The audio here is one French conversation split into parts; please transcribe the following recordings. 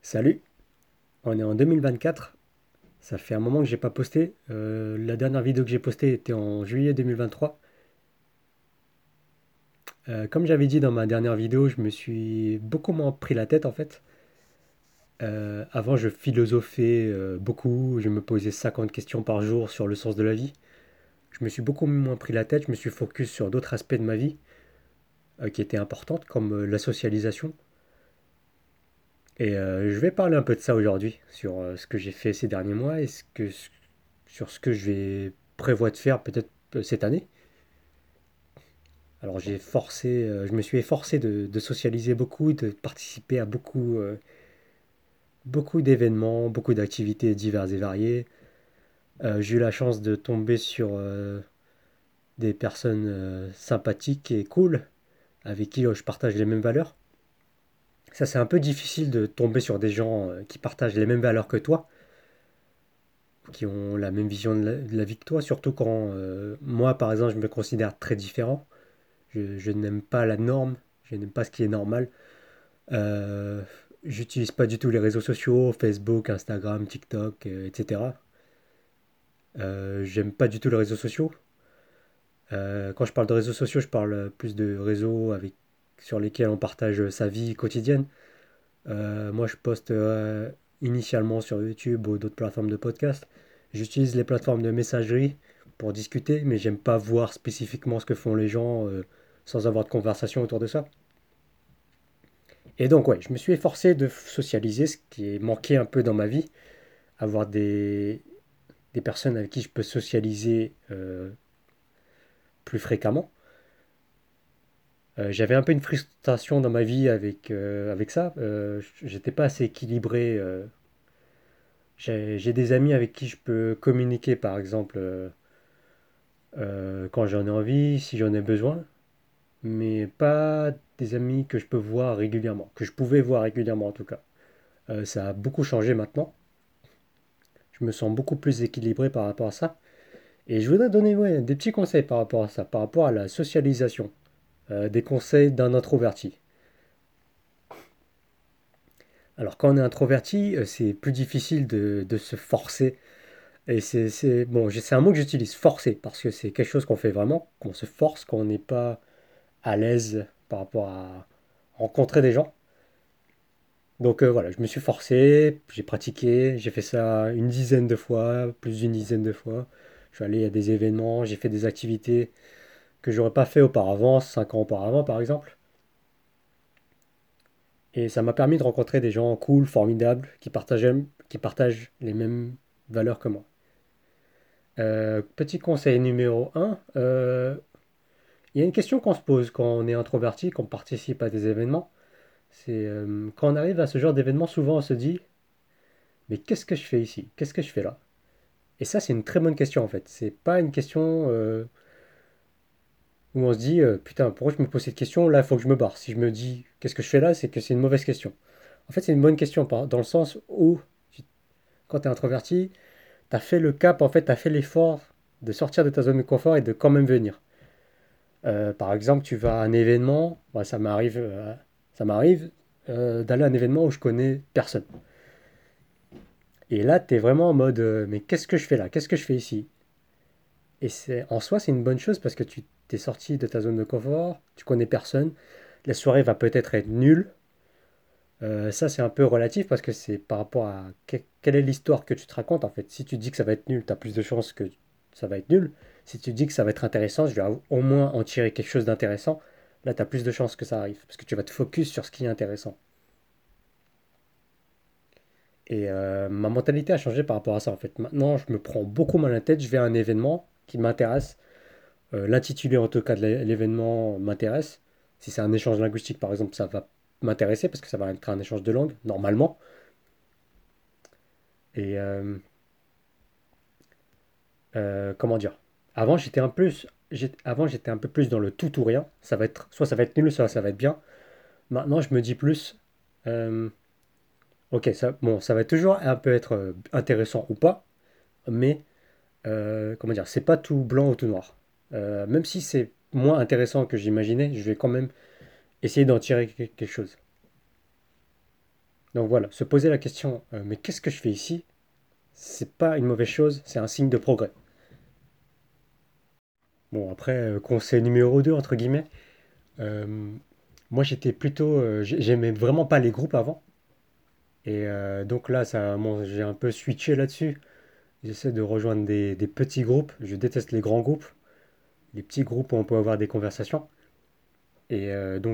Salut, on est en 2024. Ça fait un moment que j'ai pas posté. La dernière vidéo que j'ai postée était en juillet 2023. Comme j'avais dit dans ma dernière vidéo, je me suis beaucoup moins pris la tête en fait. Avant, je philosophais beaucoup. Je me posais 50 questions par jour sur le sens de la vie. Je me suis beaucoup moins pris la tête. Je me suis focus sur d'autres aspects de ma vie qui étaient importantes, comme la socialisation. Et je vais parler un peu de ça aujourd'hui, sur ce que j'ai fait ces derniers mois et sur ce que je vais prévoir de faire peut-être cette année. Alors je me suis efforcé de socialiser beaucoup, de participer à beaucoup d'événements, beaucoup d'activités diverses et variées. J'ai eu la chance de tomber sur des personnes sympathiques et cool, avec qui je partage les mêmes valeurs. Ça, c'est un peu difficile de tomber sur des gens qui partagent les mêmes valeurs que toi, qui ont la même vision de la vie que toi, surtout quand moi, par exemple, je me considère très différent. Je n'aime pas la norme, je n'aime pas ce qui est normal. Euh, J'utilise pas du tout les réseaux sociaux, Facebook, Instagram, TikTok, etc. J'aime pas du tout les réseaux sociaux. Quand je parle de réseaux sociaux, je parle plus de réseaux sur lesquels on partage sa vie quotidienne. Moi, je poste initialement sur YouTube ou d'autres plateformes de podcast. J'utilise les plateformes de messagerie pour discuter, mais j'aime pas voir spécifiquement ce que font les gens sans avoir de conversation autour de ça. Et donc, ouais, je me suis efforcé de socialiser, ce qui est manqué un peu dans ma vie, avoir des personnes avec qui je peux socialiser plus fréquemment. J'avais un peu une frustration dans ma vie avec ça. J'étais pas assez équilibré. J'ai des amis avec qui je peux communiquer, par exemple, quand j'en ai envie, si j'en ai besoin, mais pas des amis que je peux voir régulièrement, que je pouvais voir régulièrement en tout cas. Ça a beaucoup changé maintenant. Je me sens beaucoup plus équilibré par rapport à ça. Et je voudrais donner ouais, des petits conseils par rapport à ça, par rapport à la socialisation. Des conseils d'un introverti. Alors quand on est introverti, c'est plus difficile de se forcer. Et bon, c'est un mot que j'utilise, forcer, parce que c'est quelque chose qu'on fait vraiment, qu'on se force quand on n'est pas à l'aise par rapport à rencontrer des gens. Donc voilà, je me suis forcé, j'ai pratiqué, j'ai fait ça une dizaine de fois, plus d'une dizaine de fois. Je suis allé à des événements, j'ai fait des activités que j'aurais pas fait auparavant, 5 ans auparavant par exemple. Et ça m'a permis de rencontrer des gens cool, formidables, qui partagent les mêmes valeurs que moi. Petit conseil numéro un, il y a une question qu'on se pose quand on est introverti, qu'on participe à des événements. C'est quand on arrive à ce genre d'événement, souvent on se dit, mais qu'est-ce que je fais ici? Qu'est-ce que je fais là? Et ça, c'est une très bonne question en fait. C'est pas une question où on se dit, putain, pourquoi je me pose cette question? Là, il faut que je me barre. Si je me dis, qu'est-ce que je fais là? C'est que c'est une mauvaise question. En fait, c'est une bonne question dans le sens où, quand tu es introverti, tu as fait le cap, en fait, tu as fait l'effort de sortir de ta zone de confort et de quand même venir. Par exemple, tu vas à un événement, bah, ça m'arrive d'aller à un événement où je connais personne. Et là, tu es vraiment en mode, mais qu'est-ce que je fais là? Qu'est-ce que je fais ici? Et en soi, c'est une bonne chose parce que tu t'es sorti de ta zone de confort, tu connais personne. La soirée va peut-être être nulle. Ça, c'est un peu relatif parce que c'est par rapport à quelle est l'histoire que tu te racontes en fait. Si tu dis que ça va être nul, tu as plus de chances que ça va être nul. Si tu dis que ça va être intéressant, je vais au moins en tirer quelque chose d'intéressant. Là, tu as plus de chances que ça arrive parce que tu vas te focus sur ce qui est intéressant. Et ma mentalité a changé par rapport à ça en fait. Maintenant, je me prends beaucoup mal à la tête. Je vais à un événement qui m'intéresse. L'intitulé en tout cas de l'événement m'intéresse. Si c'est un échange linguistique par exemple, ça va m'intéresser parce que ça va être un échange de langue normalement. Et comment dire? Avant j'étais un plus, avant j'étais un peu plus dans le tout ou rien. Ça va être soit ça va être nul, soit ça va être bien. Maintenant je me dis plus, euh, ok ça, bon ça va toujours un peu être intéressant ou pas, mais comment dire, c'est pas tout blanc ou tout noir. Même si c'est moins intéressant que j'imaginais, je vais quand même essayer d'en tirer quelque chose. Donc voilà, se poser la question, mais qu'est-ce que je fais ici? C'est pas une mauvaise chose, c'est un signe de progrès. Bon, après, conseil numéro 2 entre guillemets, euh, moi j'étais plutôt, j'aimais vraiment pas les groupes avant. Et donc là, bon, j'ai un peu switché là-dessus. J'essaie de rejoindre des petits groupes. Je déteste les grands groupes. Les petits groupes où on peut avoir des conversations. Et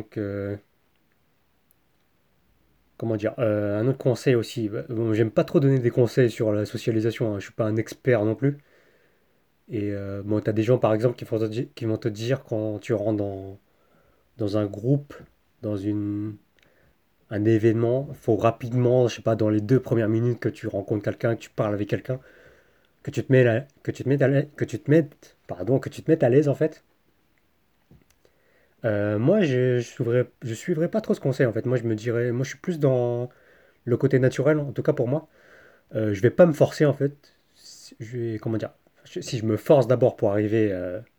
comment dire, un autre conseil aussi. Bon, j'aime pas trop donner des conseils sur la socialisation, hein. Je suis pas un expert non plus. Et bon, t'as des gens par exemple qui vont te dire quand tu rentres dans un groupe, dans un événement, faut rapidement, je sais pas, dans les 2 premières minutes que tu rencontres quelqu'un, que tu parles avec quelqu'un, que tu te mettes à l'aise en fait. Moi, je suivrais pas trop ce conseil en fait. Moi, je me dirais, moi, je suis plus dans le côté naturel, en tout cas pour moi. Je vais pas me forcer en fait. Comment dire, si je me force d'abord pour arriver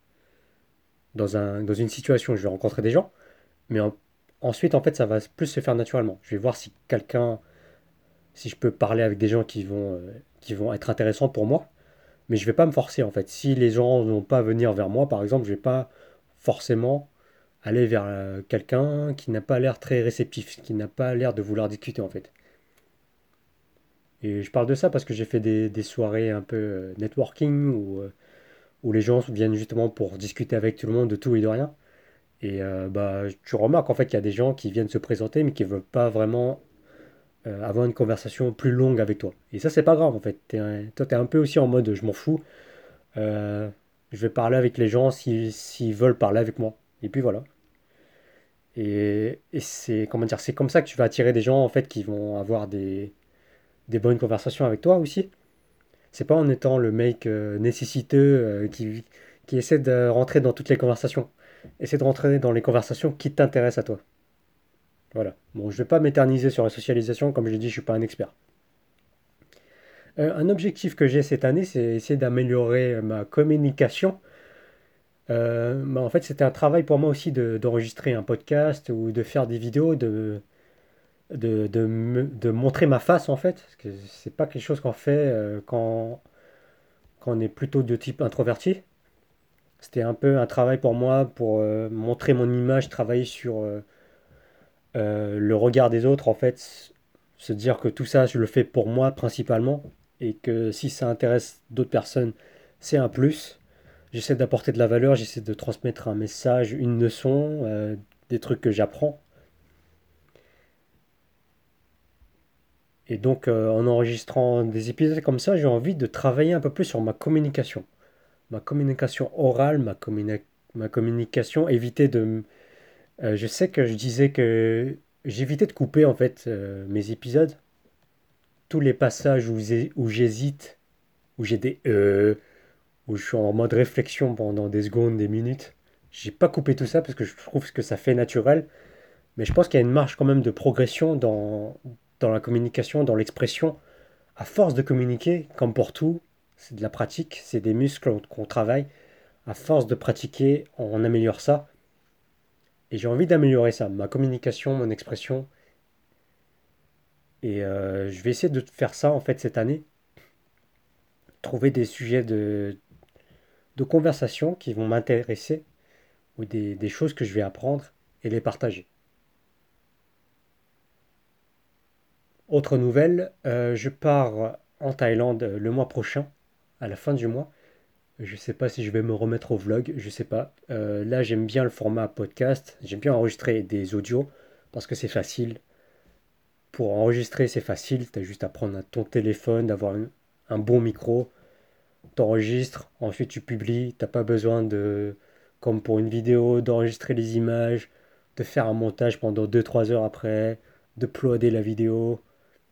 dans une situation où je vais rencontrer des gens, mais ensuite en fait, ça va plus se faire naturellement. Je vais voir si je peux parler avec des gens qui vont être intéressants pour moi. Mais je vais pas me forcer en fait. Si les gens vont pas venir vers moi, par exemple, je vais pas forcément aller vers quelqu'un qui n'a pas l'air très réceptif, qui n'a pas l'air de vouloir discuter en fait. Et je parle de ça parce que j'ai fait des soirées un peu networking où les gens viennent justement pour discuter avec tout le monde de tout et de rien. Et bah, tu remarques en fait qu'il y a des gens qui viennent se présenter mais qui ne veulent pas vraiment avoir une conversation plus longue avec toi. Et ça, c'est pas grave en fait. Toi, tu es un peu aussi en mode je m'en fous. Euh, je vais parler avec les gens s'ils veulent parler avec moi. Et puis voilà. Et c'est comment dire, c'est comme ça que tu vas attirer des gens en fait qui vont avoir des bonnes conversations avec toi aussi. C'est pas en étant le mec nécessiteux qui essaie de rentrer dans toutes les conversations. Essaie de rentrer dans les conversations qui t'intéressent à toi. Voilà. Bon, je vais pas m'éterniser sur la socialisation, comme je l'ai dit, je suis pas un expert. Un objectif que j'ai cette année, c'est essayer d'améliorer ma communication. Bah, en fait, c'était un travail pour moi aussi d'enregistrer un podcast ou de faire des vidéos, de montrer ma face en fait. Parce que c'est pas quelque chose qu'on fait quand on est plutôt de type introverti. C'était un peu un travail pour moi pour montrer mon image, travailler sur le regard des autres, en fait, se dire que tout ça, je le fais pour moi principalement, et que si ça intéresse d'autres personnes, c'est un plus. J'essaie d'apporter de la valeur, j'essaie de transmettre un message, une leçon, des trucs que j'apprends. Et donc, en enregistrant des épisodes comme ça, j'ai envie de travailler un peu plus sur ma communication orale, ma communication, éviter je sais que je disais que j'évitais de couper en fait mes épisodes. Tous les passages où j'hésite, où j'ai où je suis en mode réflexion pendant des secondes, des minutes. J'ai pas coupé tout ça parce que je trouve que ça fait naturel. Mais je pense qu'il y a une marge quand même de progression dans la communication, dans l'expression. À force de communiquer, comme pour tout, c'est de la pratique, c'est des muscles qu'on travaille. À force de pratiquer, on améliore ça. Et j'ai envie d'améliorer ça, ma communication, mon expression. Et je vais essayer de faire ça en fait cette année. Trouver des sujets de conversation qui vont m'intéresser ou des choses que je vais apprendre et les partager. Autre nouvelle, je pars en Thaïlande le mois prochain, à la fin du mois. Je ne sais pas si je vais me remettre au vlog, je ne sais pas. Là, j'aime bien le format podcast, j'aime bien enregistrer des audios parce que c'est facile. Pour enregistrer, c'est facile, tu as juste à prendre ton téléphone, d'avoir un bon micro, t'enregistres, ensuite tu publies, t'as pas besoin de, comme pour une vidéo, d'enregistrer les images, de faire un montage pendant 2 3 heures après, d'uploader la vidéo.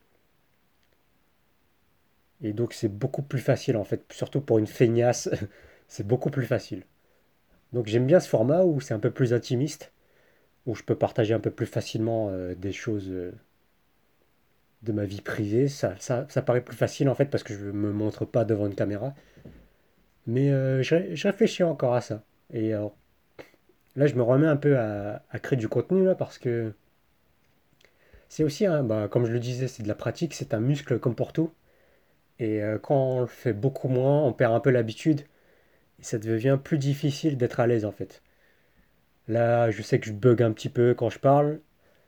Et donc c'est beaucoup plus facile en fait, surtout pour une feignasse, c'est beaucoup plus facile. Donc j'aime bien ce format où c'est un peu plus intimiste, où je peux partager un peu plus facilement des choses de ma vie privée. Ça paraît plus facile en fait parce que je ne me montre pas devant une caméra. Mais je réfléchis encore à ça. Et là, je me remets un peu à créer du contenu là parce que C'est aussi, comme je le disais, c'est de la pratique, c'est un muscle comme pour tout. Et quand on le fait beaucoup moins, on perd un peu l'habitude et ça devient plus difficile d'être à l'aise en fait. Là, je sais que je bug un petit peu quand je parle,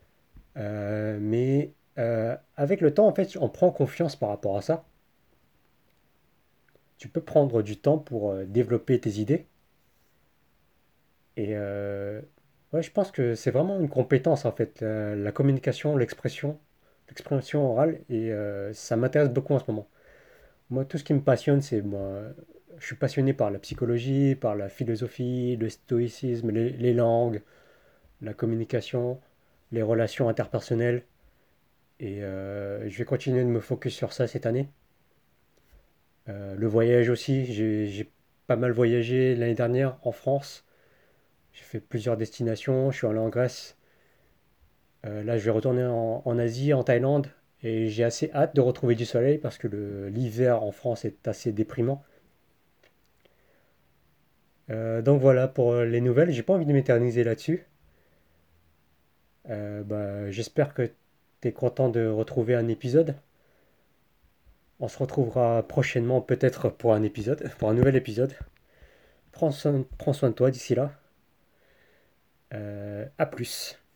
mais avec le temps, en fait, on prend confiance par rapport à ça. Tu peux prendre du temps pour développer tes idées. Et ouais, je pense que c'est vraiment une compétence en fait, la communication, l'expression orale, et ça m'intéresse beaucoup en ce moment. Moi, tout ce qui me passionne, je suis passionné par la psychologie, par la philosophie, le stoïcisme, les langues, la communication, les relations interpersonnelles. Et je vais continuer de me focus sur ça cette année. Le voyage aussi, j'ai pas mal voyagé l'année dernière en France. J'ai fait plusieurs destinations, je suis allé en Grèce. Là, je vais retourner en Asie, en Thaïlande. Et j'ai assez hâte de retrouver du soleil parce que l'hiver en France est assez déprimant. Donc voilà pour les nouvelles. J'ai pas envie de m'éterniser là-dessus. J'espère que tu es content de retrouver un épisode. On se retrouvera prochainement peut-être pour un épisode, pour un nouvel épisode. Prends soin de toi d'ici là. À plus.